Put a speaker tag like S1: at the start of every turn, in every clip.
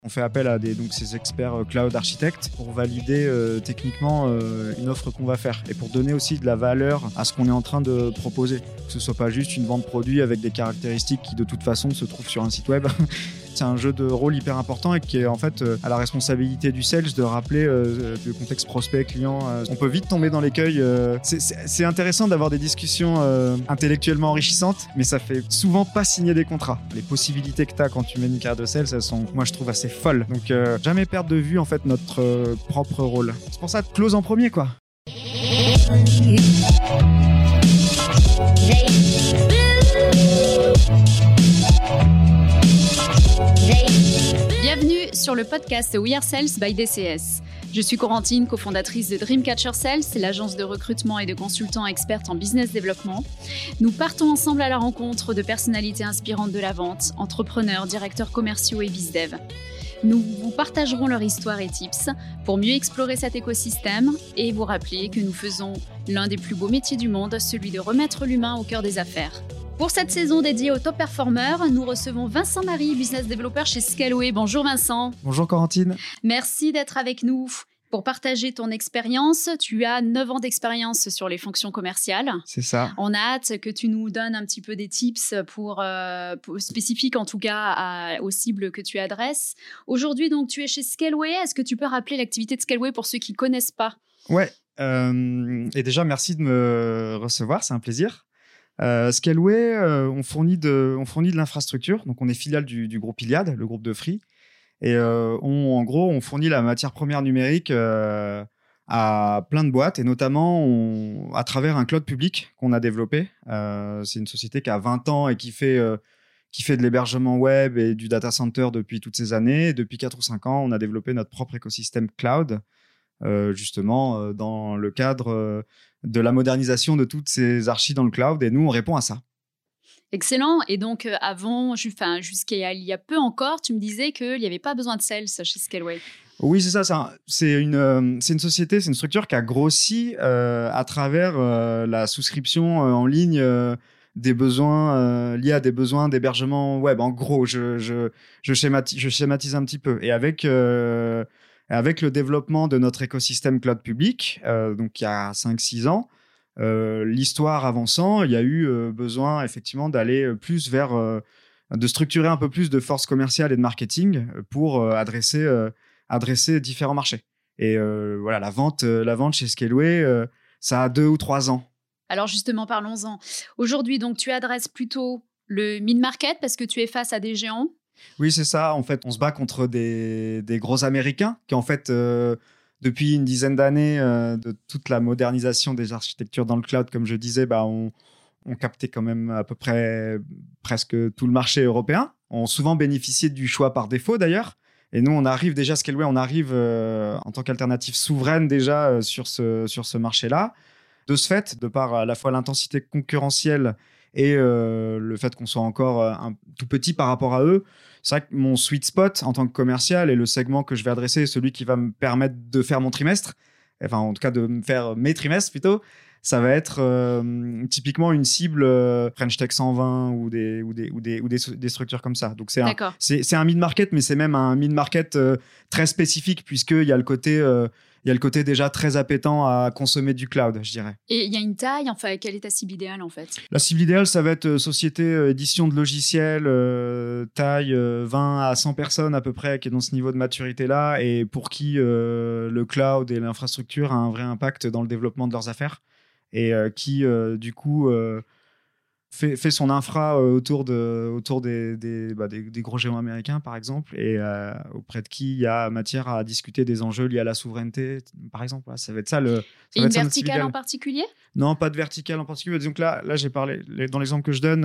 S1: On fait appel à ces experts cloud architectes pour valider techniquement une offre qu'on va faire et pour donner aussi de la valeur à ce qu'on est en train de proposer. Que ce soit pas juste une vente produit avec des caractéristiques qui de toute façon se trouvent sur un site web. C'est un jeu de rôle hyper important et qui est en fait à la responsabilité du sales de rappeler le contexte prospect, client. On peut vite tomber dans l'écueil. C'est intéressant d'avoir des discussions intellectuellement enrichissantes, mais ça fait souvent pas signer des contrats. Les possibilités que tu as quand tu mènes une carrière de sales, elles sont, moi je trouve, assez folles. Donc jamais perdre de vue en fait notre propre rôle. C'est pour ça, close en premier quoi.
S2: Bienvenue sur le podcast We Are Sales by DCS. Je suis Corentine, cofondatrice de Dreamcatcher Sales, l'agence de recrutement et de consultants expertes en business développement. Nous partons ensemble à la rencontre de personnalités inspirantes de la vente, entrepreneurs, directeurs commerciaux et bizdev. Nous vous partagerons leur histoire et tips pour mieux explorer cet écosystème et vous rappeler que nous faisons l'un des plus beaux métiers du monde, celui de remettre l'humain au cœur des affaires. Pour cette saison dédiée aux top performers, nous recevons Vincent Marie, business developer chez Scaleway. Bonjour Vincent.
S1: Bonjour Corentine.
S2: Merci d'être avec nous. Pour partager ton expérience, tu as 9 ans d'expérience sur les fonctions commerciales.
S1: C'est ça.
S2: On a hâte que tu nous donnes un petit peu des tips pour spécifiques en tout cas aux cibles que tu adresses. Aujourd'hui, donc, tu es chez Scaleway. Est-ce que tu peux rappeler l'activité de Scaleway pour ceux qui ne connaissent pas ?
S1: Ouais. Et déjà, merci de me recevoir. C'est un plaisir. Scaleway, on fournit de l'infrastructure. Donc, on est filiale du groupe Iliad, le groupe de Free. Et en gros, on fournit la matière première numérique à plein de boîtes, et notamment à travers un cloud public qu'on a développé. C'est une société qui a 20 ans et qui fait de l'hébergement web et du data center depuis toutes ces années. Et depuis 4 ou 5 ans, on a développé notre propre écosystème cloud, justement dans le cadre de la modernisation de toutes ces archis dans le cloud. Et nous, on répond à ça.
S2: Excellent. Et donc, jusqu'à il y a peu encore, tu me disais qu'il n'y avait pas besoin de sales chez Scaleway.
S1: Oui, c'est ça. C'est une société, c'est une structure qui a grossi à travers la souscription en ligne des besoins liés à des besoins d'hébergement web. En gros, je schématise un petit peu. Et avec le développement de notre écosystème cloud public, donc il y a 5-6 ans, l'histoire avançant, il y a eu besoin effectivement d'aller plus vers de structurer un peu plus de force commerciale et de marketing pour adresser différents marchés. Et voilà, la vente chez Scaleway, ça a 2 ou 3 ans.
S2: Alors justement, parlons-en. Aujourd'hui, donc, tu adresses plutôt le mid-market parce que tu es face à des géants.
S1: Oui, c'est ça. En fait, on se bat contre des gros Américains qui, en fait, depuis une dizaine d'années, de toute la modernisation des architectures dans le cloud, comme je disais, on captait quand même à peu près presque tout le marché européen. On souvent bénéficié du choix par défaut, d'ailleurs. Et nous, on arrive déjà, Scaleway, en tant qu'alternative souveraine déjà sur ce marché-là. De ce fait, de par à la fois l'intensité concurrentielle et le fait qu'on soit encore un tout petit par rapport à eux, c'est vrai que mon sweet spot en tant que commercial et le segment que je vais adresser, celui qui va me permettre de faire mon trimestre, enfin en tout cas de me faire mes trimestres plutôt, ça va être typiquement une cible French Tech 120 ou des structures comme ça. Donc c'est un mid-market, mais c'est même un mid-market très spécifique puisqu'il y a le côté déjà très appétant à consommer du cloud, je dirais.
S2: Et il y a une taille, enfin, quelle est ta cible idéale en fait ?
S1: La cible idéale, ça va être société édition de logiciels, taille 20 à 100 personnes à peu près, qui est dans ce niveau de maturité-là, et pour qui le cloud et l'infrastructure a un vrai impact dans le développement de leurs affaires, et qui, du coup, fait son infra autour des gros géants américains, par exemple, et auprès de qui il y a matière à discuter des enjeux liés à la souveraineté, par exemple. Voilà, ça va être ça le.
S2: Et une verticale en particulier ?
S1: Non, pas de verticale en particulier. Disons que là, j'ai parlé, dans l'exemple que je donne,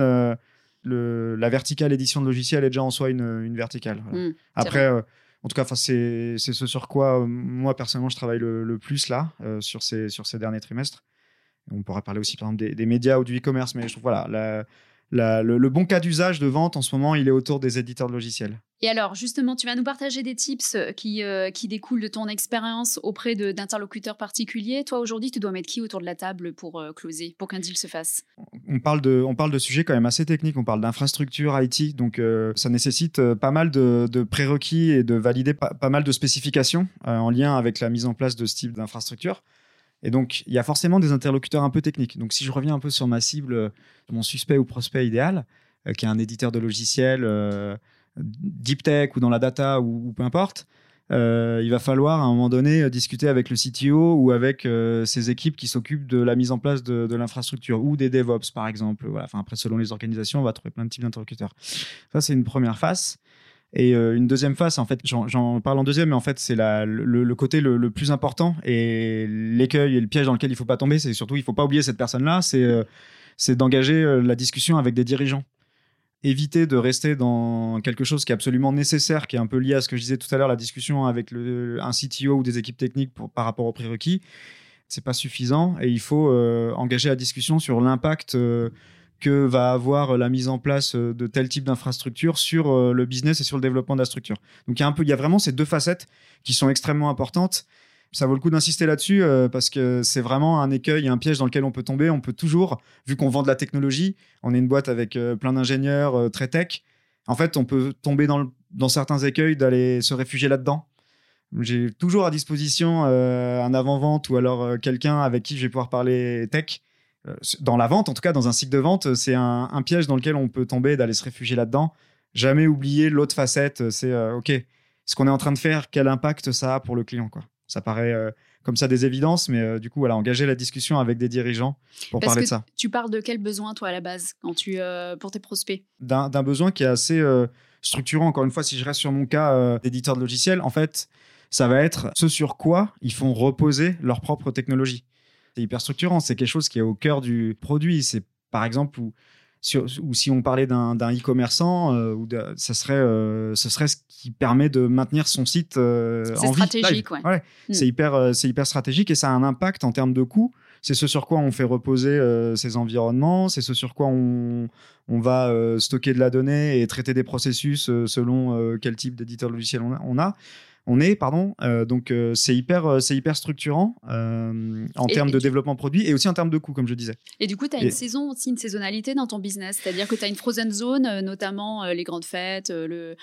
S1: la verticale édition de logiciel est déjà en soi une verticale. Voilà. Après, en tout cas, c'est ce sur quoi, moi, personnellement, je travaille le plus là, sur ces derniers trimestres. On pourra parler aussi, par exemple, des médias ou du e-commerce, mais je trouve, voilà, le bon cas d'usage de vente en ce moment, il est autour des éditeurs de logiciels.
S2: Et alors, justement, tu vas nous partager des tips qui découlent de ton expérience auprès d'interlocuteurs particuliers. Toi, aujourd'hui, tu dois mettre qui autour de la table pour closer, pour qu'un deal se fasse?
S1: On parle de sujets quand même assez techniques. On parle d'infrastructure IT, donc ça nécessite pas mal de prérequis et de valider pas mal de spécifications en lien avec la mise en place de ce type d'infrastructure. Et donc, il y a forcément des interlocuteurs un peu techniques. Donc, si je reviens un peu sur ma cible, mon suspect ou prospect idéal, qui est un éditeur de logiciels deep tech ou dans la data ou peu importe, il va falloir à un moment donné discuter avec le CTO ou avec ses équipes qui s'occupent de la mise en place de l'infrastructure ou des DevOps, par exemple. Voilà. Enfin, après, selon les organisations, on va trouver plein de types d'interlocuteurs. Ça, c'est une première phase. Et une deuxième phase, en fait, j'en parle en deuxième, mais en fait, c'est le côté le plus important et l'écueil et le piège dans lequel il ne faut pas tomber. C'est surtout, il ne faut pas oublier cette personne-là, c'est d'engager la discussion avec des dirigeants. Éviter de rester dans quelque chose qui est absolument nécessaire, qui est un peu lié à ce que je disais tout à l'heure, la discussion avec un CTO ou des équipes techniques par rapport aux prérequis. C'est pas suffisant et il faut engager la discussion sur l'impact que va avoir la mise en place de tel type d'infrastructure sur le business et sur le développement de la structure. Donc il y a vraiment ces deux facettes qui sont extrêmement importantes. Ça vaut le coup d'insister là-dessus parce que c'est vraiment un écueil et un piège dans lequel on peut tomber. On peut toujours, vu qu'on vend de la technologie, on est une boîte avec plein d'ingénieurs très tech. En fait, on peut tomber dans certains écueils d'aller se réfugier là-dedans. J'ai toujours à disposition un avant-vente ou alors quelqu'un avec qui je vais pouvoir parler tech. Dans la vente, en tout cas, dans un cycle de vente, c'est un piège dans lequel on peut tomber d'aller se réfugier là-dedans. Jamais oublier l'autre facette, c'est OK, ce qu'on est en train de faire, quel impact ça a pour le client, quoi. Ça paraît comme ça des évidences, mais du coup, voilà, engager la discussion avec des dirigeants pour parler de ça.
S2: Tu parles de quel besoin, toi, à la base, pour tes prospects?
S1: D'un besoin qui est assez structurant. Encore une fois, si je reste sur mon cas d'éditeur de logiciels, en fait, ça va être ce sur quoi ils font reposer leur propre technologie. C'est hyper structurant. C'est quelque chose qui est au cœur du produit. C'est, par exemple, ou si on parlait d'un e-commerçant, ce serait ce qui permet de maintenir son site en vie.
S2: C'est stratégique, ouais.
S1: Ouais. C'est hyper stratégique et ça a un impact en termes de coût. C'est ce sur quoi on fait reposer ces environnements, c'est ce sur quoi on va stocker de la donnée et traiter des processus selon quel type d'éditeur logiciel on est. Donc c'est hyper structurant en termes de développement produit et aussi en termes de coût, comme je disais.
S2: Et du coup, tu as une saisonnalité dans ton business, c'est-à-dire que tu as une frozen zone, notamment les grandes fêtes, le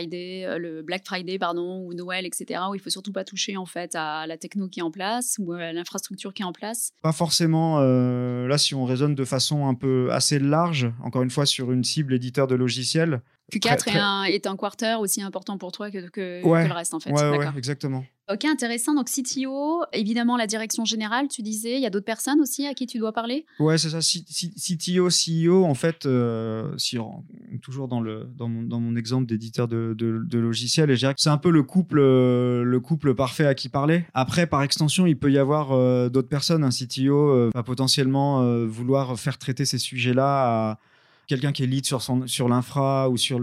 S2: Black Friday, ou Noël, etc., où il faut surtout pas toucher en fait à la techno qui est en place ou à l'infrastructure qui est en place.
S1: Pas forcément. Là, si on raisonne de façon un peu assez large, encore une fois sur une cible éditeur de logiciels.
S2: Q4 est un quarter aussi important pour toi que le reste, en fait.
S1: Ouais, exactement.
S2: Ok, intéressant. Donc, CTO, évidemment, la direction générale, tu disais. Il y a d'autres personnes aussi à qui tu dois parler? Ouais,
S1: c'est ça. CTO, CEO, en fait, toujours dans mon exemple d'éditeur de logiciels, et je dirais que c'est un peu le couple parfait à qui parler. Après, par extension, il peut y avoir d'autres personnes. Un CTO va potentiellement vouloir faire traiter ces sujets-là à quelqu'un qui est lead sur l'infra ou sur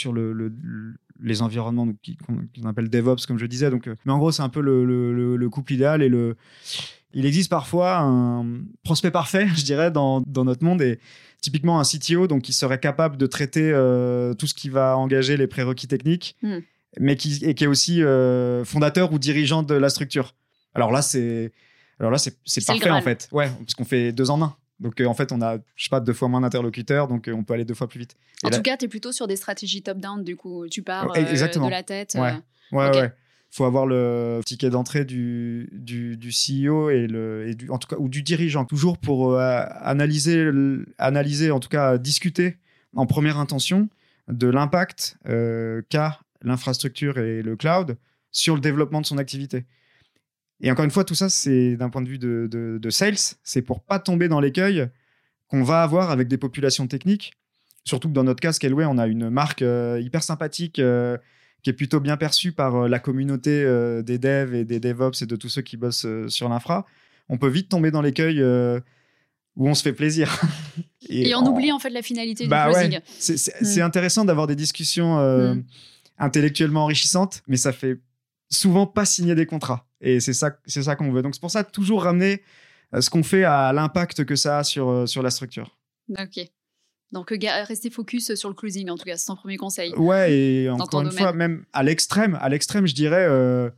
S1: les environnements qu'on appelle DevOps, comme je disais. Donc, mais en gros, c'est un peu le couple idéal et il existe parfois un prospect parfait, je dirais, dans notre monde, et typiquement un CTO donc, qui serait capable de traiter tout ce qui va engager les prérequis techniques, mais qui est aussi fondateur ou dirigeant de la structure. Alors là, c'est parfait, en fait. Ouais, parce qu'on fait 2 en 1. Donc, en fait, on a, je sais pas, 2 fois moins d'interlocuteurs, donc on peut aller 2 fois plus vite.
S2: En tout cas, tu es plutôt sur des stratégies top-down, du coup. Tu pars de la tête.
S1: Ouais. Faut avoir le ticket d'entrée du CEO en tout cas, ou du dirigeant, toujours pour analyser, en tout cas discuter en première intention de l'impact qu'a l'infrastructure et le cloud sur le développement de son activité. Et encore une fois, tout ça, c'est d'un point de vue de sales, c'est pour pas tomber dans l'écueil qu'on va avoir avec des populations techniques. Surtout que dans notre cas, Scaleway, on a une marque hyper sympathique qui est plutôt bien perçue par la communauté des devs et des DevOps et de tous ceux qui bossent sur l'infra. On peut vite tomber dans l'écueil où on se fait plaisir.
S2: et on oublie en fait la finalité du closing.
S1: Ouais. C'est intéressant d'avoir des discussions intellectuellement enrichissantes, mais ça fait souvent pas signer des contrats. Et c'est ça qu'on veut. Donc, c'est pour ça, toujours ramener ce qu'on fait à l'impact que ça a sur la structure.
S2: Ok. Donc, rester focus sur le closing, en tout cas, c'est ton premier conseil.
S1: Ouais, et encore une fois, même à l'extrême, je dirais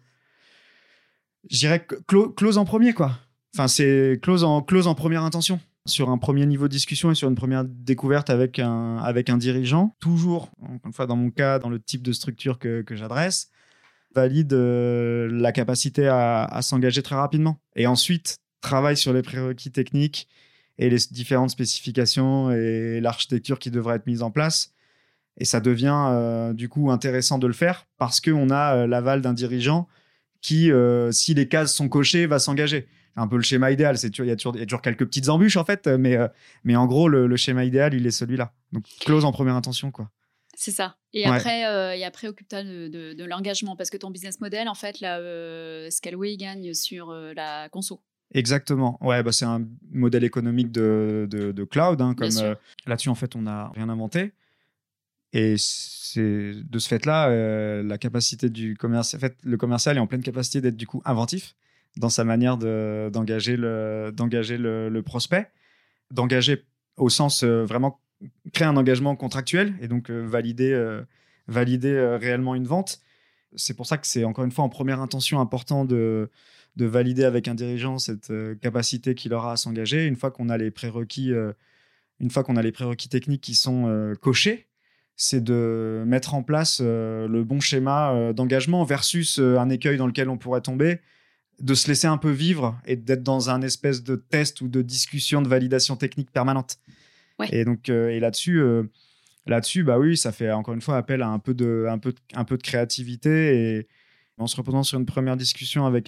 S1: close en premier, quoi. Enfin, c'est close en première intention. Sur un premier niveau de discussion et sur une première découverte avec un dirigeant. Toujours, encore une fois, dans mon cas, dans le type de structure que j'adresse, valide la capacité à s'engager très rapidement. Et ensuite, travaille sur les prérequis techniques et les différentes spécifications et l'architecture qui devrait être mise en place. Et ça devient du coup intéressant de le faire parce qu'on a l'aval d'un dirigeant qui, si les cases sont cochées, va s'engager. Un peu le schéma idéal. Il y a toujours quelques petites embûches, en fait, mais en gros, le schéma idéal, il est celui-là. Donc, close en première intention, quoi.
S2: C'est ça. Et après, occupe-toi de l'engagement, parce que ton business model, en fait, là, Scaleway gagne sur la conso.
S1: Exactement. Ouais, c'est un modèle économique de cloud. Hein, comme là-dessus, en fait, on n'a rien inventé. Et c'est de ce fait-là, la capacité du commercial, en fait, le commercial est en pleine capacité d'être du coup inventif dans sa manière d'engager le prospect, d'engager au sens vraiment créer un engagement contractuel et donc valider réellement une vente. C'est pour ça que c'est encore une fois en première intention important de valider avec un dirigeant cette capacité qu'il aura à s'engager. Une fois qu'on a les prérequis techniques qui sont cochés, c'est de mettre en place le bon schéma d'engagement versus un écueil dans lequel on pourrait tomber, de se laisser un peu vivre et d'être dans un espèce de test ou de discussion de validation technique permanente.
S2: Ouais.
S1: Et donc et là-dessus, bah oui, ça fait encore une fois appel à un peu de créativité, et en se reposant sur une première discussion avec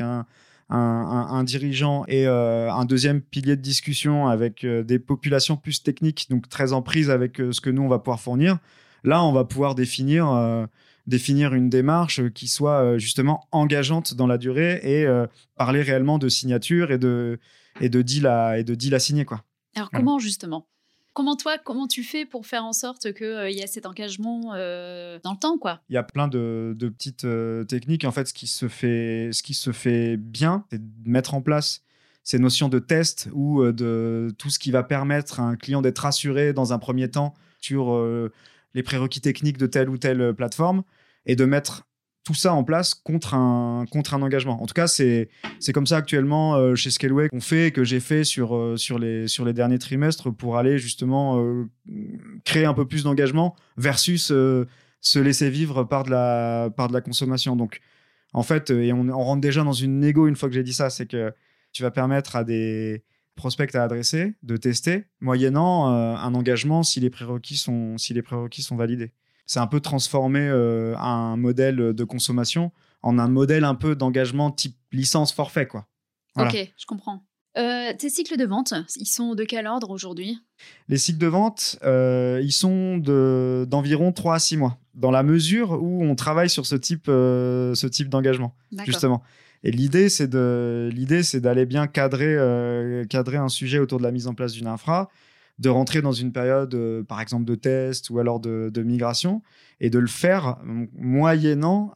S1: un dirigeant et un deuxième pilier de discussion avec des populations plus techniques, donc très en prise avec ce que nous on va pouvoir fournir. Là, on va pouvoir définir une démarche qui soit justement engageante dans la durée et parler réellement de signature et de deal à signer, quoi.
S2: Alors comment justement ? Comment tu fais pour faire en sorte qu'il y ait cet engagement dans le temps, quoi ?
S1: Il y a plein de petites techniques. En fait, ce qui se fait bien, c'est de mettre en place ces notions de test ou de tout ce qui va permettre à un client d'être rassuré dans un premier temps sur les prérequis techniques de telle ou telle plateforme, et de mettre tout ça en place contre un engagement. En tout cas, c'est comme ça actuellement chez Scaleway qu'on fait, que j'ai fait sur les derniers trimestres, pour aller justement créer un peu plus d'engagement versus se laisser vivre par de la consommation. Donc, en fait, et on rentre déjà dans une négo une fois que j'ai dit ça, c'est que tu vas permettre à des prospects à adresser de tester, moyennant un engagement si les prérequis sont validés. C'est un peu transformer un modèle de consommation en un modèle un peu d'engagement type licence forfait, quoi. Voilà.
S2: Ok, je comprends. Tes cycles de vente, ils sont de quel ordre aujourd'hui ?
S1: Les cycles de vente, ils sont d'environ 3 à 6 mois, dans la mesure où on travaille sur ce type d'engagement.
S2: D'accord.
S1: Justement. Et l'idée, c'est d'aller bien cadrer un sujet autour de la mise en place d'une infra, de rentrer dans une période, par exemple, de test ou alors de migration, et de le faire moyennant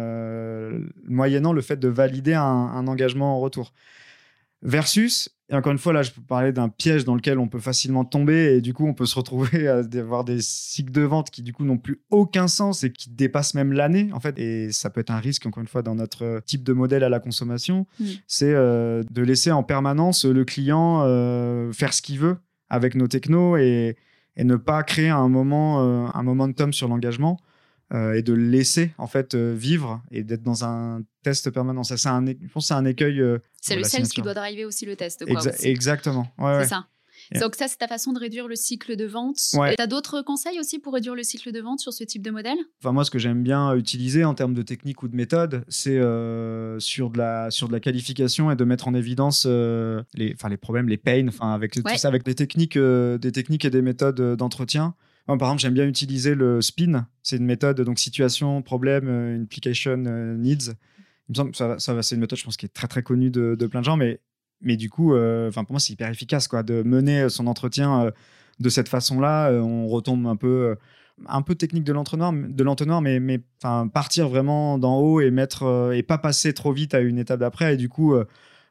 S1: le fait de valider un engagement en retour. Versus, et encore une fois, là, je peux parler d'un piège dans lequel on peut facilement tomber, et du coup, on peut se retrouver à avoir des cycles de vente qui, du coup, n'ont plus aucun sens et qui dépassent même l'année, en fait. Et ça peut être un risque, encore une fois, dans notre type de modèle à la consommation. C'est de laisser en permanence le client faire ce qu'il veut avec nos technos, et ne pas créer un momentum sur l'engagement, et de le laisser en fait vivre et d'être dans un test permanent. Ça, je pense que c'est un écueil.
S2: C'est le sales qui doit driver aussi le test, quoi.
S1: Exactement.
S2: C'est ça. Donc ça, c'est ta façon de réduire le cycle de vente.
S1: Ouais.
S2: Et tu as d'autres conseils aussi pour réduire le cycle de vente sur ce type de modèle ?
S1: Enfin, moi, ce que j'aime bien utiliser en termes de technique ou de méthode, c'est sur de la qualification, et de mettre en évidence les problèmes, les pains, avec tout ça, avec des techniques et des méthodes d'entretien. Par exemple, j'aime bien utiliser le SPIN. C'est une méthode, donc situation, problème, implication, needs. Il me semble que c'est une méthode, je pense, qui est très très connue de plein de gens, mais du coup, pour moi, c'est hyper efficace, quoi, de mener son entretien de cette façon-là. On retombe un peu technique de l'entonnoir, mais partir vraiment d'en haut et pas passer trop vite à une étape d'après. Et du coup,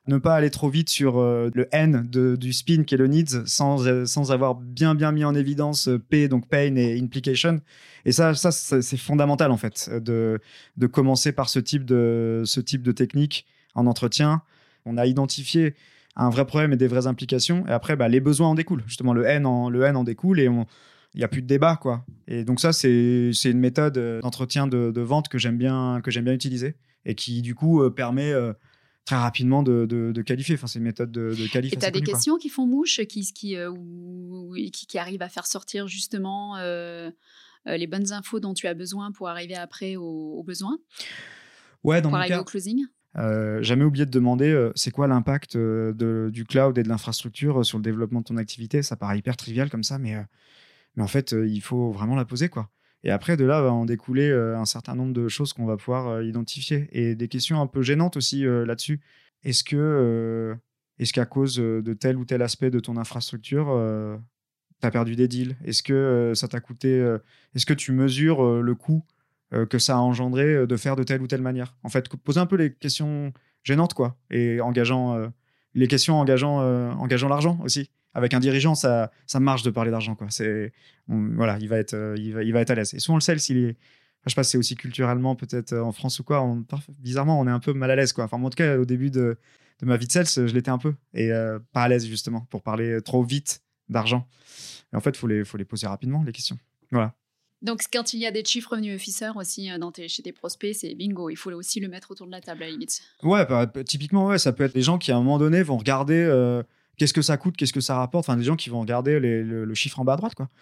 S1: Ne pas aller trop vite sur le N du spin qui est le needs sans avoir bien mis en évidence P, donc pain et implication. Et ça c'est fondamental en fait de commencer par ce type de technique en entretien. On a identifié un vrai problème et des vraies implications. Et après, les besoins en découlent. Justement, le N en découle et il n'y a plus de débat, quoi. Et donc ça, c'est une méthode d'entretien de vente que j'aime bien utiliser et qui, du coup, permet très rapidement de qualifier. Enfin, c'est une méthode de qualif.
S2: Et tu as des questions qui font mouche, qui arrivent à faire sortir justement les bonnes infos dont tu as besoin pour arriver après aux besoins.
S1: Ouais, dans
S2: pour
S1: mon
S2: arriver
S1: cas,
S2: au closing.
S1: Jamais oublié de demander c'est quoi l'impact du cloud et de l'infrastructure sur le développement de ton activité. Ça paraît hyper trivial comme ça, mais en fait, il faut vraiment la poser, quoi. Et après, de là, va en découler un certain nombre de choses qu'on va pouvoir identifier. Et des questions un peu gênantes aussi là-dessus. Est-ce qu'à cause de tel ou tel aspect de ton infrastructure, tu as perdu des deals? Est-ce que ça t'a coûté... est-ce que tu mesures le coût que ça a engendré de faire de telle ou telle manière? En fait, poser un peu les questions gênantes, quoi. Et les questions engageant l'argent aussi. Avec un dirigeant, ça marche de parler d'argent, quoi. Voilà, il va être à l'aise. Et souvent, le sales, je sais pas si c'est aussi culturellement, peut-être en France ou quoi, bizarrement, on est un peu mal à l'aise, quoi. Enfin, moi, en tout cas, au début de ma vie de sales, je l'étais un peu. Et pas à l'aise, justement, pour parler trop vite d'argent. Et en fait, il faut les poser rapidement, les questions. Voilà.
S2: Donc, quand il y a des chief revenue officer aussi chez tes prospects, c'est bingo. Il faut aussi le mettre autour de la table, à la limite.
S1: Ouais, typiquement, ouais, ça peut être des gens qui, à un moment donné, vont regarder qu'est-ce que ça coûte, qu'est-ce que ça rapporte. Enfin, des gens qui vont regarder le chiffre en bas à droite, quoi.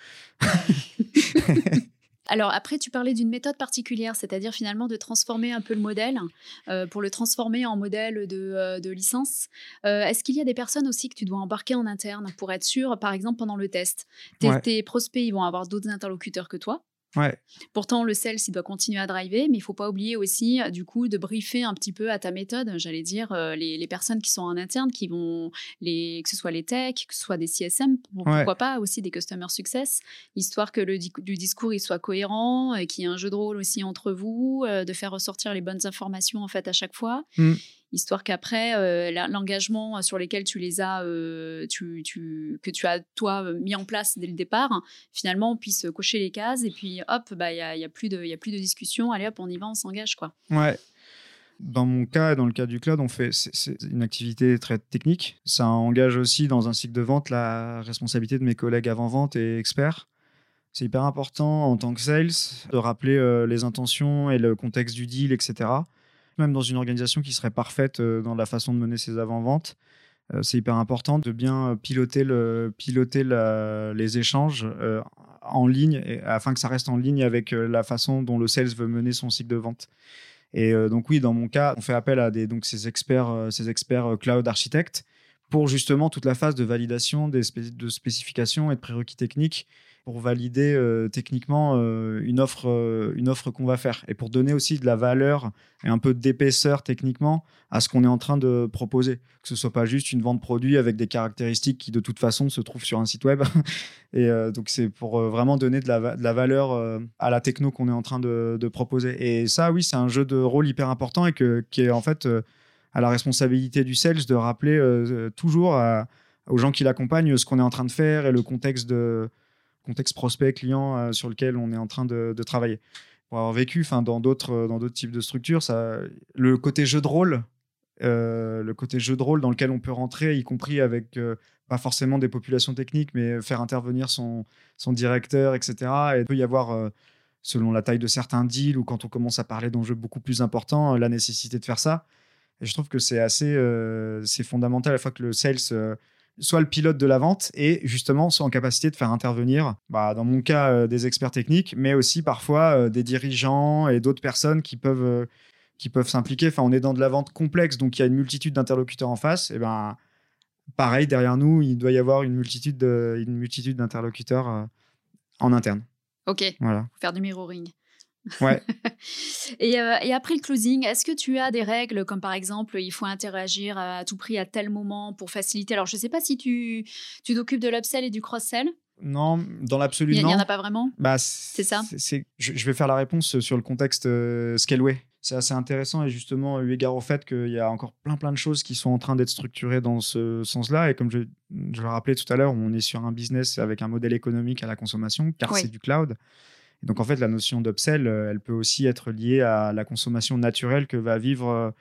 S2: Alors après, tu parlais d'une méthode particulière, c'est-à-dire finalement de transformer un peu le modèle pour le transformer en modèle de licence. Est-ce qu'il y a des personnes aussi que tu dois embarquer en interne pour être sûr, par exemple pendant le test, tes prospects, ils vont avoir d'autres interlocuteurs que toi.
S1: Ouais.
S2: Pourtant, le sales, il doit continuer à driver, mais il ne faut pas oublier aussi, du coup, de briefer un petit peu à ta méthode, j'allais dire, les personnes qui sont en interne, que ce soit les techs, que ce soit des CSM, pourquoi pas aussi des customer success, histoire que le discours il soit cohérent, qu'il y ait un jeu de rôle aussi entre vous, de faire ressortir les bonnes informations en fait à chaque fois. Histoire qu'après, l'engagement sur lesquels tu les as, que tu as toi mis en place dès le départ, finalement on puisse cocher les cases et puis hop, il y a plus de discussion. Allez hop, on y va, on s'engage, quoi.
S1: Ouais. Dans mon cas et dans le cas du cloud, c'est une activité très technique. Ça engage aussi dans un cycle de vente la responsabilité de mes collègues avant-vente et experts. C'est hyper important en tant que sales de rappeler les intentions et le contexte du deal, etc. Même dans une organisation qui serait parfaite dans la façon de mener ses avant-ventes, c'est hyper important de bien piloter les échanges en ligne afin que ça reste en ligne avec la façon dont le sales veut mener son cycle de vente. Et donc oui, dans mon cas, on fait appel à ces experts cloud architectes pour justement toute la phase de validation de spécifications et de prérequis techniques pour valider techniquement une offre qu'on va faire et pour donner aussi de la valeur et un peu d'épaisseur techniquement à ce qu'on est en train de proposer. Que ce soit pas juste une vente produit avec des caractéristiques qui de toute façon se trouvent sur un site web. Et donc c'est pour vraiment donner de la valeur à la techno qu'on est en train de proposer. Et ça, oui, c'est un jeu de rôle hyper important et qui est en fait à la responsabilité du sales de rappeler toujours aux gens qui l'accompagnent ce qu'on est en train de faire et le contexte prospect client sur lequel on est en train de travailler. Pour avoir vécu dans d'autres types de structures, le côté jeu de rôle dans lequel on peut rentrer, y compris avec pas forcément des populations techniques, mais faire intervenir son directeur, etc. Et il peut y avoir, selon la taille de certains deals ou quand on commence à parler d'enjeux beaucoup plus importants, la nécessité de faire ça. Et je trouve que c'est fondamental à la fois que le sales soit le pilote de la vente et justement soit en capacité de faire intervenir, dans mon cas, des experts techniques, mais aussi parfois des dirigeants et d'autres personnes qui peuvent s'impliquer. Enfin, on est dans de la vente complexe, donc il y a une multitude d'interlocuteurs en face. Et pareil, derrière nous, il doit y avoir une multitude d'interlocuteurs en interne.
S2: Ok,
S1: voilà.
S2: Faut faire du mirroring.
S1: Ouais.
S2: Et après le closing, est-ce que tu as des règles comme par exemple il faut interagir à tout prix à tel moment pour faciliter? Alors je ne sais pas si tu t'occupes de l'upsell et du cross-sell.
S1: Non, dans l'absolu, non.
S2: Il n'y en a pas vraiment.
S1: C'est ça.
S2: Je
S1: vais faire la réponse sur le contexte Scaleway. c'est assez intéressant et justement, eu égard au fait qu'il y a encore plein de choses qui sont en train d'être structurées dans ce sens-là. Et comme je le rappelais tout à l'heure, on est sur un business avec un modèle économique à la consommation, car c'est du cloud. Et donc, en fait, la notion d'upsell, elle peut aussi être liée à la consommation naturelle que va vivre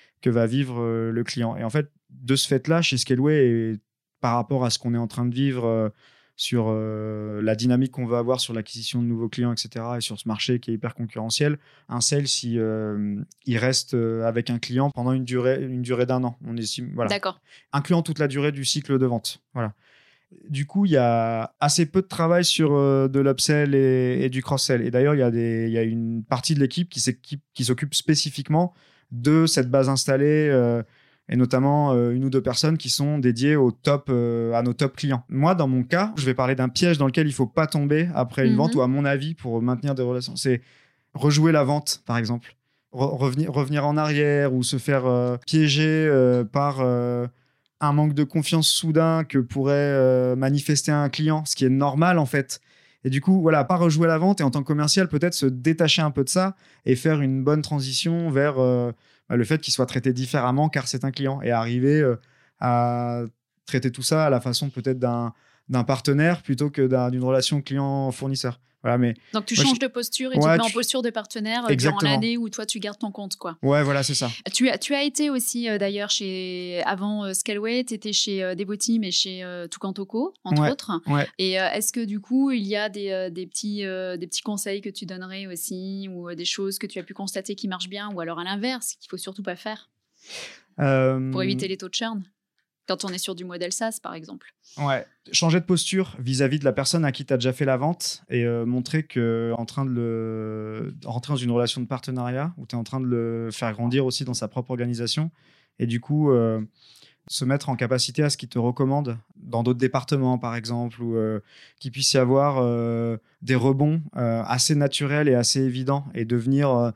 S1: le client. Et en fait, de ce fait-là, chez Scaleway, et par rapport à ce qu'on est en train de vivre sur la dynamique qu'on va avoir sur l'acquisition de nouveaux clients, etc., et sur ce marché qui est hyper concurrentiel, un sales, il reste avec un client pendant une durée d'un an. On estime, voilà.
S2: D'accord.
S1: Incluant toute la durée du cycle de vente. Voilà. Du coup, il y a assez peu de travail sur de l'upsell et du cross-sell. Et d'ailleurs, il y a une partie de l'équipe qui s'occupe spécifiquement de cette base installée et notamment une ou deux personnes qui sont dédiées à nos top clients. Moi, dans mon cas, je vais parler d'un piège dans lequel il ne faut pas tomber après une vente, ou à mon avis, pour maintenir des relations. C'est rejouer la vente, par exemple. Revenir en arrière ou se faire piéger par un manque de confiance soudain que pourrait manifester un client, ce qui est normal en fait. Et du coup, voilà, pas rejouer la vente et en tant que commercial, peut-être se détacher un peu de ça et faire une bonne transition vers le fait qu'il soit traité différemment car c'est un client et arriver à traiter tout ça à la façon peut-être d'un partenaire plutôt que d'une relation client-fournisseur. Voilà, mais
S2: donc tu changes de posture et tu te mets en posture de partenaire durant l'année où toi tu gardes ton compte, quoi.
S1: Ouais, voilà, c'est ça.
S2: Tu as été aussi d'ailleurs avant Scaleway, tu étais chez Devoteam mais chez Toucan Toco entre autres.
S1: Ouais.
S2: Et est-ce que du coup il y a des petits conseils que tu donnerais aussi ou des choses que tu as pu constater qui marchent bien ou alors à l'inverse qu'il faut surtout pas faire pour éviter les taux de churn? Quand on est sur du modèle SaaS, par exemple.
S1: Ouais. Changer de posture vis-à-vis de la personne à qui tu as déjà fait la vente et montrer que en train de rentrer dans une relation de partenariat où tu es en train de le faire grandir aussi dans sa propre organisation et du coup se mettre en capacité à ce qu'il te recommande dans d'autres départements, par exemple, ou qu'il puisse y avoir des rebonds assez naturels et assez évidents et devenir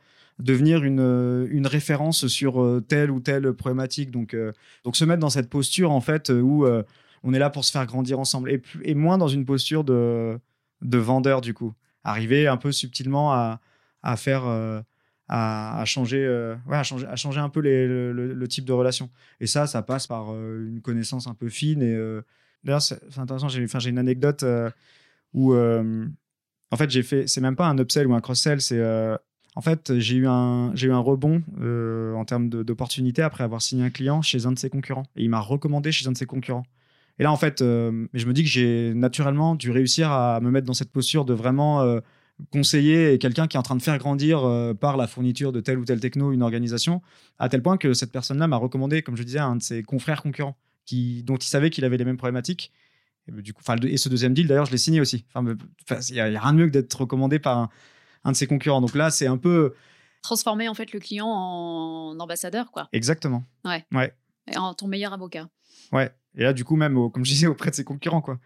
S1: une référence sur telle ou telle problématique. Donc se mettre dans cette posture, en fait, où on est là pour se faire grandir ensemble. Et moins dans une posture de vendeur, du coup. Arriver un peu subtilement à faire... à changer un peu le type de relation. Et ça passe par une connaissance un peu fine. Et d'ailleurs, c'est intéressant, j'ai une anecdote où... en fait, c'est même pas un upsell ou un cross-sell, c'est... En fait, j'ai eu un rebond en termes d'opportunités après avoir signé un client chez un de ses concurrents. Et il m'a recommandé chez un de ses concurrents. Et là, en fait, je me dis que j'ai naturellement dû réussir à me mettre dans cette posture de vraiment conseiller quelqu'un qui est en train de faire grandir par la fourniture de telle ou telle techno une organisation, à tel point que cette personne-là m'a recommandé, comme je disais, à un de ses confrères concurrents dont il savait qu'il avait les mêmes problématiques. Et, du coup, et ce deuxième deal, d'ailleurs, je l'ai signé aussi. Il n'y a rien de mieux que d'être recommandé par un de ses concurrents. Donc là, c'est un peu...
S2: transformer en fait le client en ambassadeur, quoi.
S1: Exactement.
S2: Ouais. Et en ton meilleur avocat.
S1: Ouais. Et là, du coup, même, comme je disais, auprès de ses concurrents, quoi.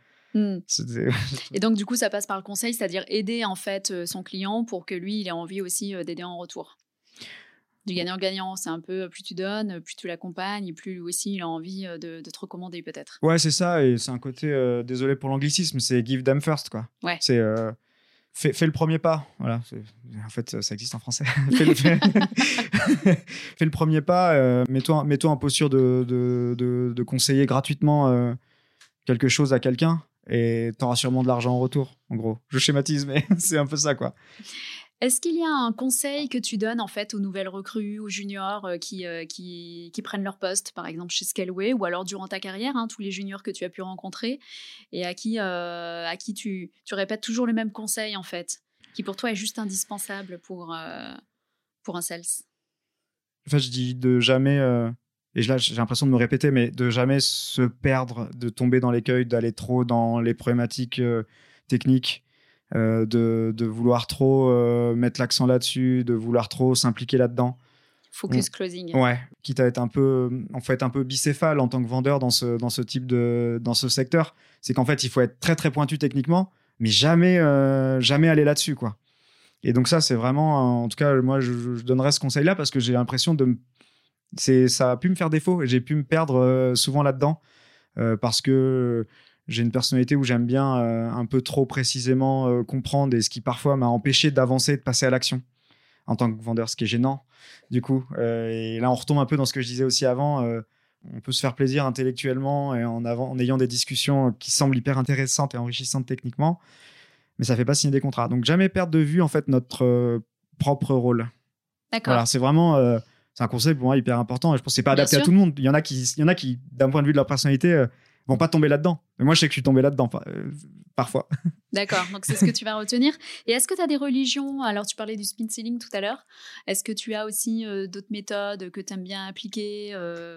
S2: Et donc, du coup, ça passe par le conseil, c'est-à-dire aider en fait son client pour que lui, il ait envie aussi d'aider en retour. Du gagnant-gagnant, c'est un peu plus tu donnes, plus tu l'accompagnes, et plus lui aussi, il a envie de te recommander peut-être.
S1: Ouais, c'est ça. Et c'est un côté, désolé pour l'anglicisme, c'est give them first, quoi.
S2: Ouais.
S1: C'est... Fais le premier pas. Voilà. En fait, ça existe en français. Fais le premier pas. Mets-toi en posture de conseiller gratuitement quelque chose à quelqu'un et tu auras sûrement de l'argent en retour, en gros. Je schématise, mais c'est un peu ça, quoi.
S2: Est-ce qu'il y a un conseil que tu donnes en fait aux nouvelles recrues, aux juniors qui prennent leur poste, par exemple chez Scaleway, ou alors durant ta carrière, tous les juniors que tu as pu rencontrer et à qui tu répètes toujours le même conseil en fait, qui pour toi est juste indispensable pour un sales?
S1: En fait, je dis de jamais, et là j'ai l'impression de me répéter, mais de jamais se perdre, de tomber dans l'écueil, d'aller trop dans les problématiques techniques. De vouloir trop mettre l'accent là-dessus, de vouloir trop s'impliquer là-dedans.
S2: Focus closing.
S1: Ouais, quitte à être un peu bicéphale en tant que vendeur dans ce type dans ce secteur. C'est qu'en fait, il faut être très très pointu techniquement, mais jamais aller là-dessus, quoi. Et donc ça, c'est vraiment, en tout cas, moi, je donnerais ce conseil-là parce que j'ai l'impression ça a pu me faire défaut et j'ai pu me perdre souvent là-dedans parce que j'ai une personnalité où j'aime bien un peu trop précisément comprendre et ce qui parfois m'a empêché d'avancer, de passer à l'action. en tant que vendeur, ce qui est gênant, du coup. Et là, on retombe un peu dans ce que je disais aussi avant. On peut se faire plaisir intellectuellement et en ayant des discussions qui semblent hyper intéressantes et enrichissantes techniquement, mais ça ne fait pas signer des contrats. Donc, jamais perdre de vue, en fait, notre propre rôle.
S2: D'accord.
S1: Voilà, c'est vraiment... c'est un concept pour moi hyper important et je pense que c'est pas adapté à tout le monde. Il y en a qui d'un point de vue de leur personnalité, vont pas tomber là-dedans. Mais moi, je sais que je suis tombé là-dedans parfois.
S2: D'accord, donc c'est ce que tu vas retenir. Et est-ce que tu as des religions? Alors, tu parlais du spin selling tout à l'heure. Est-ce que tu as aussi d'autres méthodes que tu aimes bien appliquer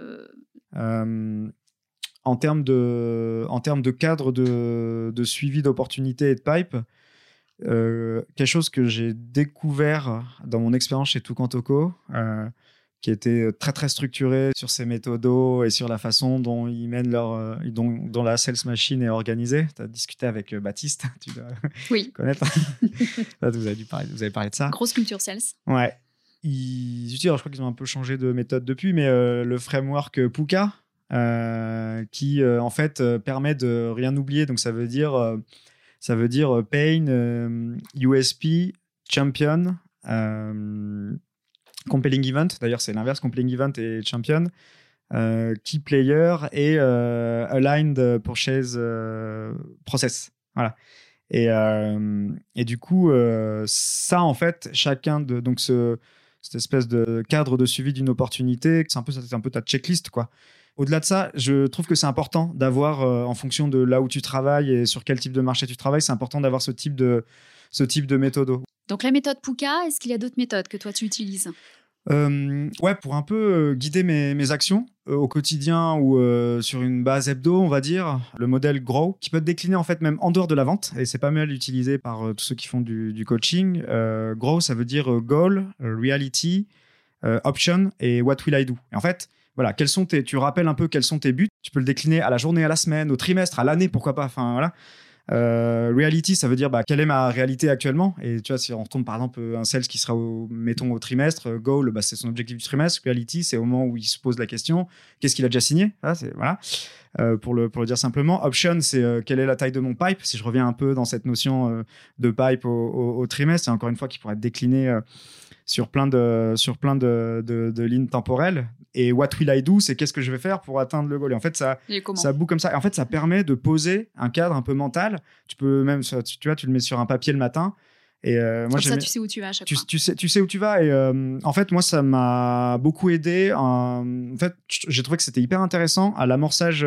S1: En termes de cadre de suivi d'opportunités et de pipe, quelque chose que j'ai découvert dans mon expérience chez Toucan qui était très très structuré sur ses méthodos et sur la façon dont ils mènent dont la sales machine est organisée. Tu as discuté avec Baptiste, tu dois connaître. Vous avez parlé de ça.
S2: Grosse culture sales.
S1: Ouais. Je crois qu'ils ont un peu changé de méthode depuis, mais le framework Puka, qui en fait permet de rien oublier. Donc ça veut dire pain, USP, champion, compelling event. D'ailleurs, c'est l'inverse, compelling event et champion. Key player et aligned purchase process. Voilà. Et du coup, ça, en fait, donc cette espèce de cadre de suivi d'une opportunité, c'est un peu ta checklist, quoi. Au-delà de ça, je trouve que c'est important d'avoir, en fonction de là où tu travailles et sur quel type de marché tu travailles, c'est important d'avoir ce type de méthode.
S2: Donc la méthode Puka, est-ce qu'il y a d'autres méthodes que toi tu utilises?
S1: Ouais, pour un peu guider mes actions au quotidien ou sur une base hebdo, on va dire, le modèle GROW, qui peut être décliné en fait même en dehors de la vente, et c'est pas mal utilisé par tous ceux qui font du coaching. GROW, ça veut dire Goal, Reality, Option et What Will I Do. Et en fait, voilà, tu rappelles un peu quels sont tes buts. Tu peux le décliner à la journée, à la semaine, au trimestre, à l'année, pourquoi pas. Enfin, voilà. Reality, ça veut dire quelle est ma réalité actuellement. Et tu vois, si on retombe par exemple un sales qui sera mettons au trimestre, goal, c'est son objectif du trimestre. Reality, c'est au moment où il se pose la question, qu'est-ce qu'il a déjà signé. Voilà. Pour le dire simplement. Option, c'est quelle est la taille de mon pipe. Si je reviens un peu dans cette notion de pipe au trimestre, et encore une fois qui pourrait être décliné sur plein de lignes temporelles. Et what will I do, c'est qu'est-ce que je vais faire pour atteindre le goal. Et en fait, ça bout comme ça. Et en fait, ça permet de poser un cadre un peu mental. Tu peux même, tu vois, tu le mets sur un papier le matin. Et moi,
S2: comme ça, tu sais où tu vas à chaque fois.
S1: Tu sais où tu vas. Et en fait, moi, ça m'a beaucoup aidé. En fait, j'ai trouvé que c'était hyper intéressant à l'amorçage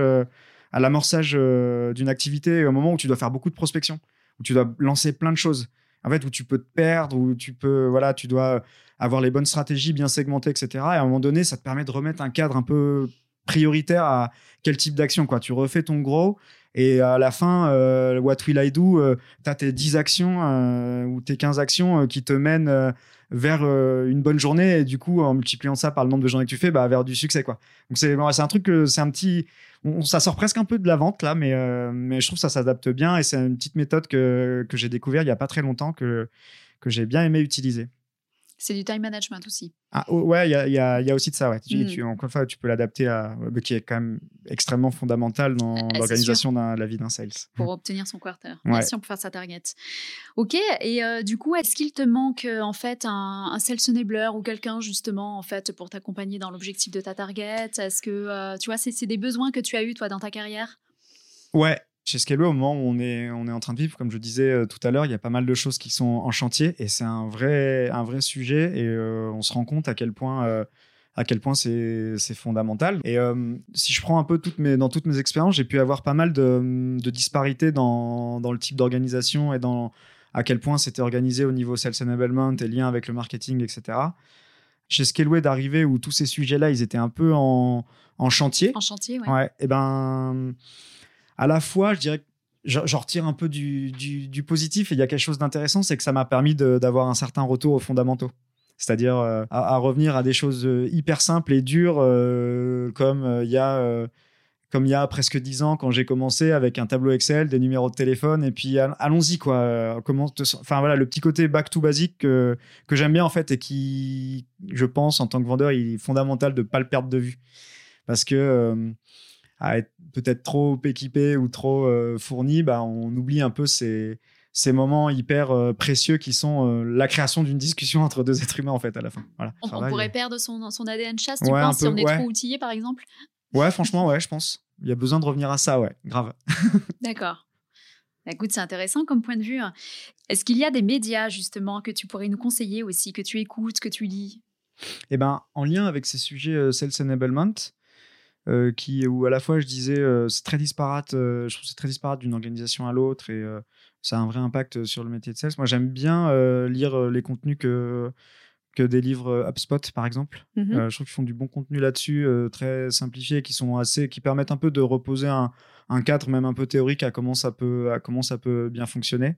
S1: d'une activité, au moment où tu dois faire beaucoup de prospection, où tu dois lancer plein de choses. En fait, où tu peux te perdre, où tu dois avoir les bonnes stratégies bien segmentées, etc. Et à un moment donné, ça te permet de remettre un cadre un peu prioritaire à quel type d'action, quoi. Tu refais ton gros et à la fin, what will I do, tu as tes 10 actions ou tes 15 actions qui te mènent vers une bonne journée et du coup, en multipliant ça par le nombre de journées que tu fais, vers du succès, quoi. Donc, c'est un truc c'est un petit... ça sort presque un peu de la vente là, mais je trouve que ça s'adapte bien et c'est une petite méthode que j'ai découvert il y a pas très longtemps que j'ai bien aimé utiliser.
S2: C'est du time management aussi.
S1: Ouais, il y a aussi de ça. Ouais. Encore une fois, tu peux l'adapter qui est quand même extrêmement fondamental dans l'organisation de la vie d'un sales.
S2: Pour obtenir son quarter.
S1: Ouais.
S2: Merci, on peut faire sa target. Ok, et du coup, est-ce qu'il te manque en fait un sales enabler ou quelqu'un justement en fait pour t'accompagner dans l'objectif de ta target? Est-ce que tu vois, c'est des besoins que tu as eu toi dans ta carrière?
S1: Ouais. Chez Scaleway, au moment où on est en train de vivre, comme je disais tout à l'heure, il y a pas mal de choses qui sont en chantier et c'est un vrai sujet et on se rend compte à quel point c'est fondamental. Et si je prends un peu dans toutes mes expériences, j'ai pu avoir pas mal de disparités dans le type d'organisation et dans à quel point c'était organisé au niveau sales enablement et lien avec le marketing, etc. Chez Scaleway, d'arriver où tous ces sujets-là, ils étaient un peu en chantier.
S2: En chantier, ouais.
S1: Ouais, et à la fois, je dirais que j'en retire un peu du positif et il y a quelque chose d'intéressant, c'est que ça m'a permis d'avoir un certain retour aux fondamentaux. C'est-à-dire à revenir à des choses hyper simples et dures comme il y a presque 10 ans quand j'ai commencé avec un tableau Excel, des numéros de téléphone et puis allons-y quoi. Voilà, le petit côté back to basic que j'aime bien en fait et qui, je pense, en tant que vendeur, il est fondamental de ne pas le perdre de vue. Parce que à être peut-être trop équipé ou trop fourni, on oublie un peu ces ces moments hyper précieux qui sont la création d'une discussion entre deux êtres humains en fait à la fin. Voilà.
S2: On pourrait perdre son ADN chasse, tu
S1: Ouais,
S2: penses, si on est
S1: ouais.
S2: trop outillé par exemple?
S1: Ouais, franchement, ouais, je pense. Il y a besoin de revenir à ça, ouais, grave.
S2: D'accord. Écoute, c'est intéressant comme point de vue. Est-ce qu'il y a des médias justement que tu pourrais nous conseiller aussi, que tu écoutes, que tu lis?
S1: Et ben, en lien avec ces sujets Sales Enablement, où à la fois je disais c'est très disparate, je trouve que c'est très disparate d'une organisation à l'autre et ça a un vrai impact sur le métier de sales. Moi, j'aime bien lire les contenus que délivre HubSpot, par exemple. Je trouve qu'ils font du bon contenu là-dessus, très simplifié, qui permettent un peu de reposer un cadre, même un peu théorique, à comment ça peut bien fonctionner.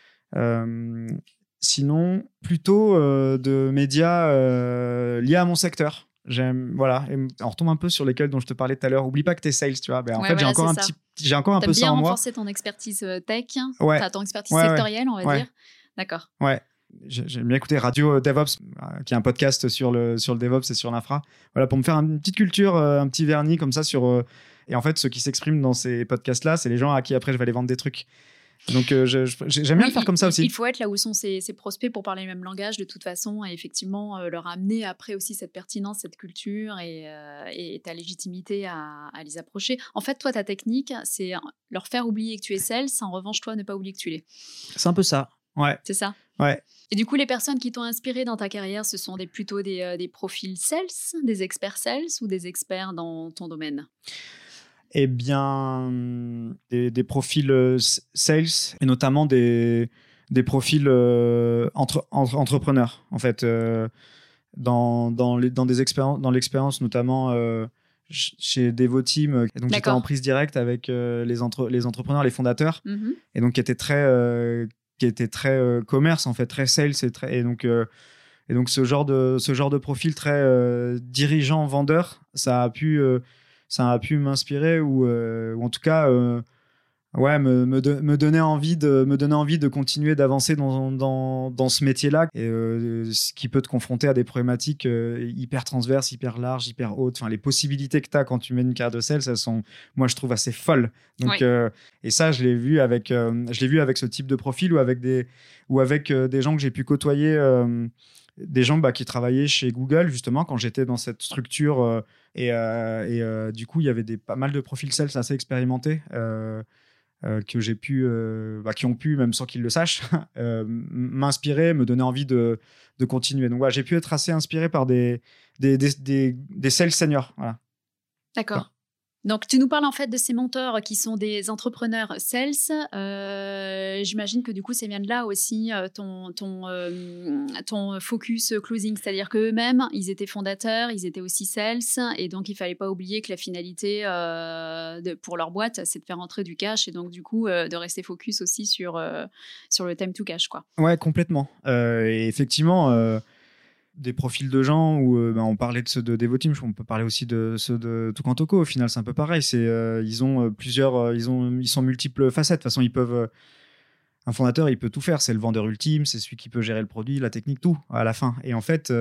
S1: Sinon, plutôt de médias liés à mon secteur. Voilà, et on retombe un peu sur lesquels dont je te parlais tout à l'heure. Oublie pas que t'es sales, tu vois. En fait, j'ai encore un peu ça en moi.
S2: T'as bien renforcé ton expertise tech,
S1: ouais.
S2: ton expertise sectorielle, on va dire. D'accord.
S1: Ouais. J'aime bien écouter Radio DevOps, qui est un podcast sur le DevOps et sur l'infra. Voilà, pour me faire une petite culture, un petit vernis comme ça sur. Et en fait, ceux qui s'expriment dans ces podcasts-là, c'est les gens à qui après je vais aller vendre des trucs. Donc j'aime bien le faire comme ça aussi.
S2: Il faut être là où sont ces prospects pour parler le même langage de toute façon et effectivement leur amener après aussi cette pertinence, cette culture et ta légitimité à les approcher. En fait, toi, ta technique, c'est leur faire oublier que tu es sales, en revanche, toi, ne pas oublier que tu l'es.
S1: C'est un peu ça, ouais.
S2: C'est ça.
S1: Ouais.
S2: Et du coup, les personnes qui t'ont inspiré dans ta carrière, ce sont plutôt des profils sales, des experts sales ou des experts dans ton domaine?
S1: Eh bien, des profils sales et notamment des profils entrepreneurs, en fait. Dans l'expérience, notamment chez Devoteam. Et donc, j'étais en prise directe avec les entrepreneurs, les fondateurs, et donc qui étaient très commerce, en fait, très sales. Et donc ce genre de profil très dirigeant, vendeur, ça a pu m'inspirer ou en tout cas me donner envie de continuer d'avancer dans ce métier-là, et ce qui peut te confronter à des problématiques hyper transverses, hyper larges, hyper hautes. Enfin, les possibilités que tu as quand tu mènes une carrière de sales, elles sont, moi, je trouve assez folles. Donc, et ça, je l'ai vu avec ce type de profil ou avec des gens que j'ai pu côtoyer, des gens qui travaillaient chez Google, justement, quand j'étais dans cette structure. Du coup, il y avait pas mal de profils sales assez expérimentés que j'ai pu, qui ont pu, même sans qu'ils le sachent, m'inspirer, me donner envie de continuer. Donc voilà, j'ai pu être assez inspiré par des sales seniors. Voilà.
S2: D'accord. Donc, tu nous parles en fait de ces mentors qui sont des entrepreneurs sales. J'imagine que du coup, ça vient de là aussi ton focus closing. C'est-à-dire qu'eux-mêmes, ils étaient fondateurs, ils étaient aussi sales. Et donc, il ne fallait pas oublier que la finalité pour leur boîte, c'est de faire entrer du cash. Et donc, du coup, de rester focus aussi sur le time to cash, quoi.
S1: Ouais, complètement. Et effectivement... des profils de gens où on parlait de ceux de Devoteam, on peut parler aussi de ceux de Tukantoko. Au final, c'est un peu pareil. Ils ont ils sont multiples facettes. De toute façon, un fondateur, il peut tout faire. C'est le vendeur ultime, c'est celui qui peut gérer le produit, la technique, tout à la fin. Et en fait,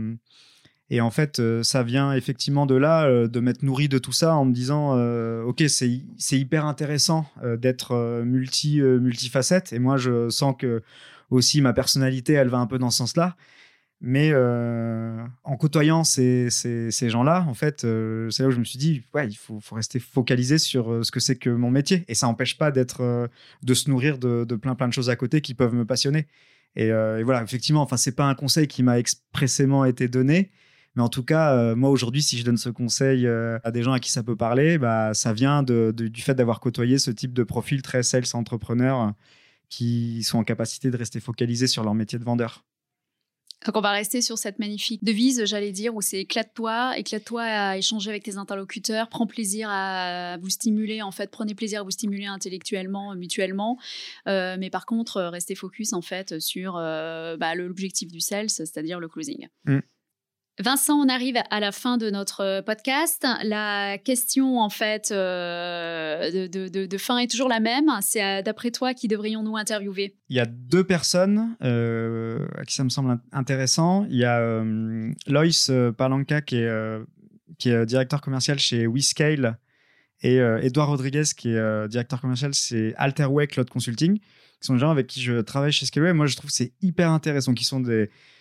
S1: ça vient effectivement de là, de m'être nourri de tout ça en me disant ok, c'est hyper intéressant d'être multifacette. Et moi, je sens que aussi ma personnalité, elle va un peu dans ce sens-là. Mais en côtoyant ces gens-là, en fait, c'est là où je me suis dit, il faut rester focalisé sur ce que c'est que mon métier. Et ça n'empêche pas de se nourrir de plein de choses à côté qui peuvent me passionner. Et voilà, effectivement, enfin, c'est pas un conseil qui m'a expressément été donné. Mais en tout cas, moi, aujourd'hui, si je donne ce conseil à des gens à qui ça peut parler, ça vient du fait d'avoir côtoyé ce type de profil très sales entrepreneurs qui sont en capacité de rester focalisés sur leur métier de vendeur.
S2: Donc, on va rester sur cette magnifique devise, j'allais dire, où c'est éclate-toi à échanger avec tes interlocuteurs, prends plaisir à vous stimuler, en fait, prenez plaisir à vous stimuler intellectuellement, mutuellement. Mais par contre, restez focus, en fait, sur l'objectif du sales, c'est-à-dire le closing. Vincent, on arrive à la fin de notre podcast. La question, en fait, de fin est toujours la même. C'est d'après toi, qui devrions-nous interviewer? Il
S1: y a 2 personnes à qui ça me semble intéressant. Il y a Loïs Palanca, qui est directeur commercial chez WeScale, et Edouard Rodriguez, qui est directeur commercial chez Alterway Cloud Consulting, qui sont des gens avec qui je travaille chez Scaleway. Moi, je trouve que c'est hyper intéressant, qui sont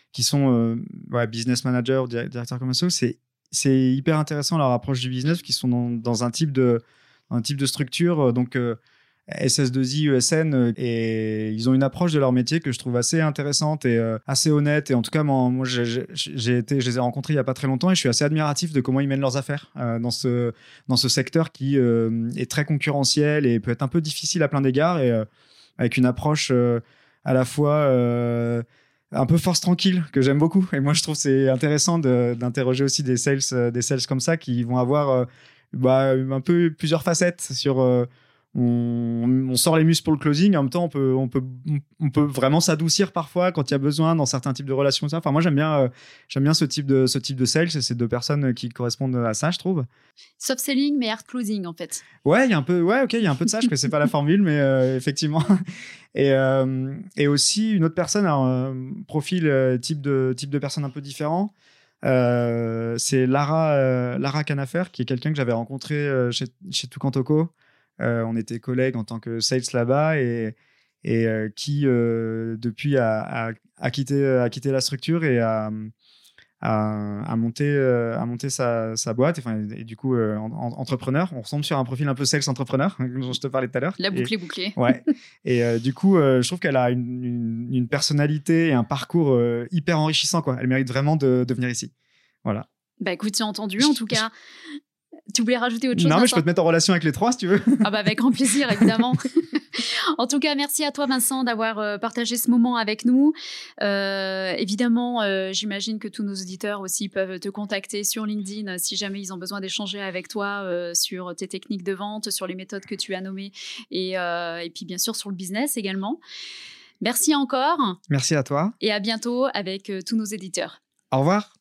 S1: business managers ou directeurs commerciaux. C'est hyper intéressant leur approche du business, qui sont dans un type de structure. Donc, SS2I, ESN, et ils ont une approche de leur métier que je trouve assez intéressante et assez honnête. Et en tout cas, moi, je les ai rencontrés il n'y a pas très longtemps et je suis assez admiratif de comment ils mènent leurs affaires dans ce secteur qui est très concurrentiel et peut être un peu difficile à plein d'égards, et avec une approche à la fois un peu force tranquille que j'aime beaucoup. Et moi, je trouve que c'est intéressant d'interroger aussi des sales comme ça qui vont avoir un peu plusieurs facettes sur... on sort les muscles pour le closing, en même temps on peut vraiment s'adoucir parfois quand il y a besoin dans certains types de relations. Enfin, moi j'aime bien ce type de sales, et ces deux personnes qui correspondent à ça, je trouve.
S2: Soft selling mais hard closing en fait.
S1: Ouais, il y a un peu de ça. Je connaissais pas la formule, mais effectivement. Et aussi une autre personne, un profil type de personne un peu différent. C'est Lara Canafer, qui est quelqu'un que j'avais rencontré chez Toucan. On était collègues en tant que sales là-bas, et qui depuis a quitté la structure et a monté sa boîte, et du coup entrepreneur. On ressemble sur un profil un peu sales entrepreneur dont je te parlais tout à l'heure.
S2: La boucle est bouclée.
S1: Ouais. Et du coup je trouve qu'elle a une personnalité et un parcours hyper enrichissant, quoi. Elle mérite vraiment de venir ici. Voilà.
S2: Bah écoute, tu as entendu en tout cas. Tu voulais rajouter autre chose?
S1: Non, mais je peux te mettre en relation avec les trois si tu veux.
S2: Ah bah avec grand plaisir, évidemment. En tout cas, merci à toi Vincent d'avoir partagé ce moment avec nous. Évidemment, j'imagine que tous nos auditeurs aussi peuvent te contacter sur LinkedIn si jamais ils ont besoin d'échanger avec toi sur tes techniques de vente, sur les méthodes que tu as nommées, et puis bien sûr sur le business également. Merci encore.
S1: Merci à toi.
S2: Et à bientôt avec tous nos éditeurs.
S1: Au revoir.